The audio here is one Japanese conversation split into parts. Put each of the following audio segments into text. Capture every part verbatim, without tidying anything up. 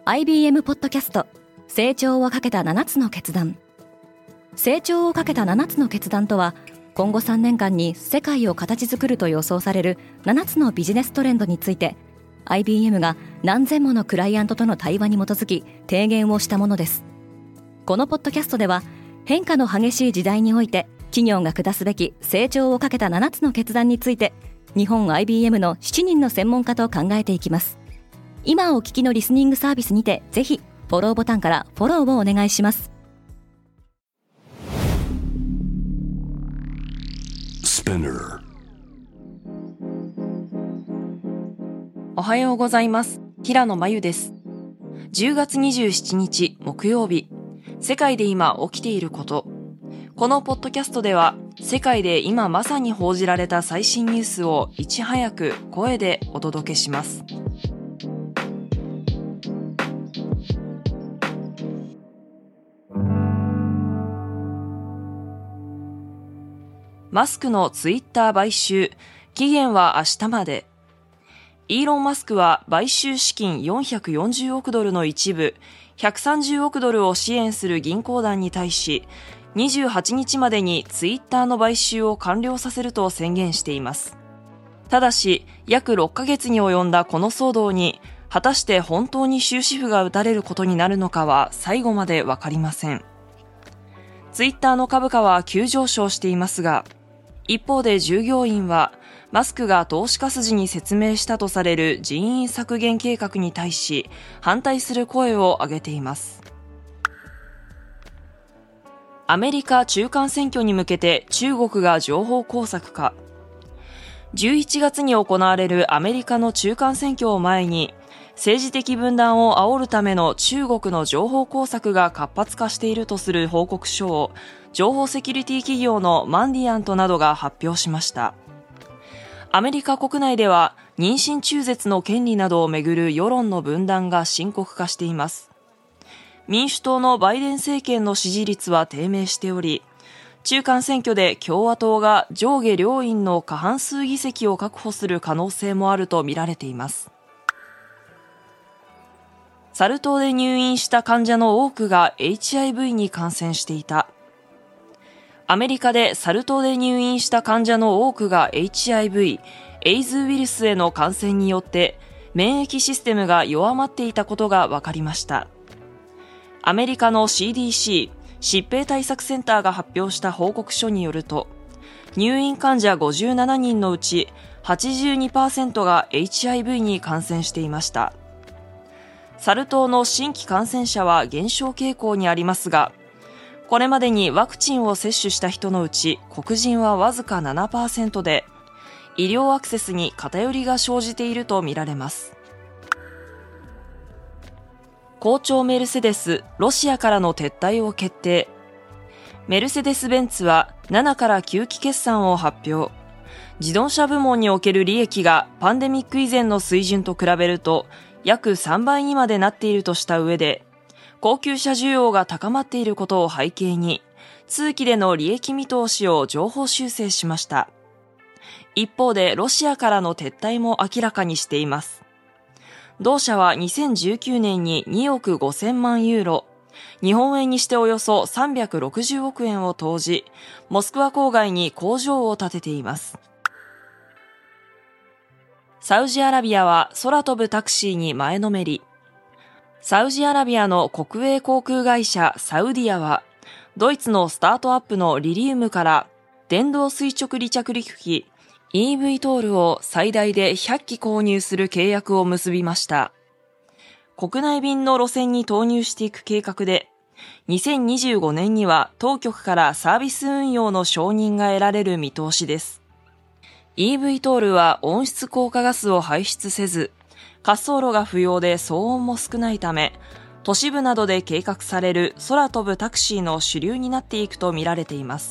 アイビーエム ポッドキャスト成長をかけたななつの決断。成長をかけたななつの決断とは、今後さんねんかんに世界を形作ると予想されるななつのビジネストレンドについて アイビーエム が何千ものクライアントとの対話に基づき提言をしたものです。このポッドキャストでは、変化の激しい時代において企業が下すべき成長をかけたななつの決断について、日本 アイビーエム のしちにんの専門家と考えていきます。今お聞きのリスニングサービスにて、ぜひフォローボタンからフォローをお願いします。 おはようございます。平野真由です。じゅうがつにじゅうしちにち木曜日、世界で今起きていること。このポッドキャストでは、世界で今まさに報じられた最新ニュースをいち早く声でお届けします。マスクのツイッター買収、期限は明日まで。イーロン・マスクは買収資金よんひゃくよんじゅうおくドルの一部、ひゃくさんじゅうおくドルを支援する銀行団に対し、にじゅうはちにちまでにツイッターの買収を完了させると宣言しています。ただし、約ろっかげつに及んだこの騒動に、果たして本当に終止符が打たれることになるのかは最後までわかりません。ツイッターの株価は急上昇していますが、一方で従業員は、マスクが投資家筋に説明したとされる人員削減計画に対し、反対する声を上げています。アメリカ中間選挙に向けて中国が情報工作か。じゅういちがつに行われるアメリカの中間選挙を前に、政治的分断を煽るための中国の情報工作が活発化しているとする報告書を、情報セキュリティ企業のマンディアントなどが発表しました。アメリカ国内では妊娠中絶の権利などをめぐる世論の分断が深刻化しています。民主党のバイデン政権の支持率は低迷しており、中間選挙で共和党が上下両院の過半数議席を確保する可能性もあるとみられています。サル痘で入院した患者の多くが エイチアイブイ に感染していた。アメリカでサル痘で入院した患者の多くが エイチアイブイ、エイズウイルスへの感染によって免疫システムが弱まっていたことが分かりました。アメリカの シーディーシー、疾病対策センターが発表した報告書によると、入院患者ごじゅうななにんのうち はちじゅうにパーセント が エイチアイブイ に感染していました。サル痘の新規感染者は減少傾向にありますが、これまでにワクチンを接種した人のうち黒人はわずか ななパーセント で、医療アクセスに偏りが生じているとみられます。好調メルセデス、ロシアからの撤退を決定。メルセデス・ベンツはななからきゅうき決算を発表。自動車部門における利益がパンデミック以前の水準と比べると約さんばいにまでなっているとした上で、高級車需要が高まっていることを背景に、通期での利益見通しを上方修正しました。一方でロシアからの撤退も明らかにしています。同社はにせんじゅうきゅうねんににおくごせんまんユーロ、日本円にしておよそさんびゃくろくじゅうおくえんを投じ、モスクワ郊外に工場を建てています。サウジアラビアは空飛ぶタクシーに前のめり。サウジアラビアの国営航空会社サウディアは、ドイツのスタートアップのリリウムから電動垂直離着陸機 イーブイ トールを最大でひゃっき購入する契約を結びました。国内便の路線に投入していく計画で、にせんにじゅうごねんには当局からサービス運用の承認が得られる見通しです。イーブイ トールは温室効果ガスを排出せず、滑走路が不要で騒音も少ないため、都市部などで計画される空飛ぶタクシーの主流になっていくと見られています。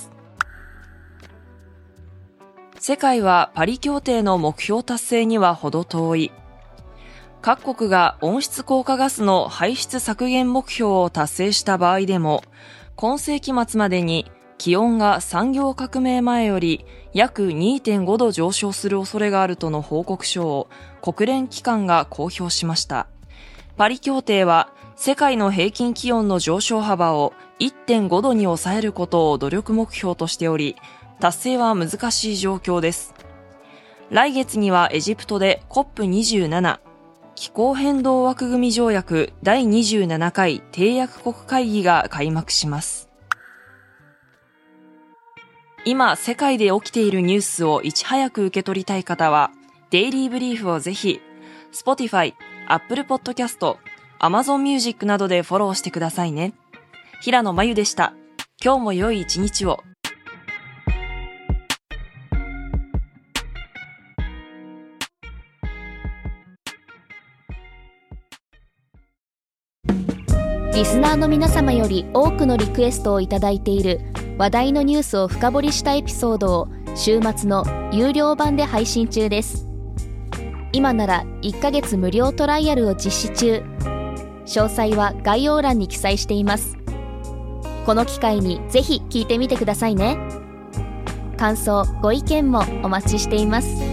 世界はパリ協定の目標達成には程遠い。各国が温室効果ガスの排出削減目標を達成した場合でも、今世紀末までに気温が産業革命前より約 にてんご 度上昇する恐れがあるとの報告書を国連機関が公表しました。 パリ協定は世界の平均気温の上昇幅を いってんご 度に抑えることを努力目標としており、達成は難しい状況です。来月にはエジプトで コップにじゅうなな 気候変動枠組条約だいにじゅうななかい締約国会議が開幕します。今世界で起きているニュースをいち早く受け取りたい方はデイリーブリーフをぜひ Spotify、Apple Podcast、Amazon Music などでフォローしてくださいね。平野真由でした。今日も良い一日を。 リスナーの皆様より多くのリクエストをいただいている話題のニュースを深掘りしたエピソードを週末の有料版で配信中です。今ならいっかげつ無料トライアルを実施中。詳細は概要欄に記載しています。この機会にぜひ聞いてみてくださいね。感想、ご意見もお待ちしています。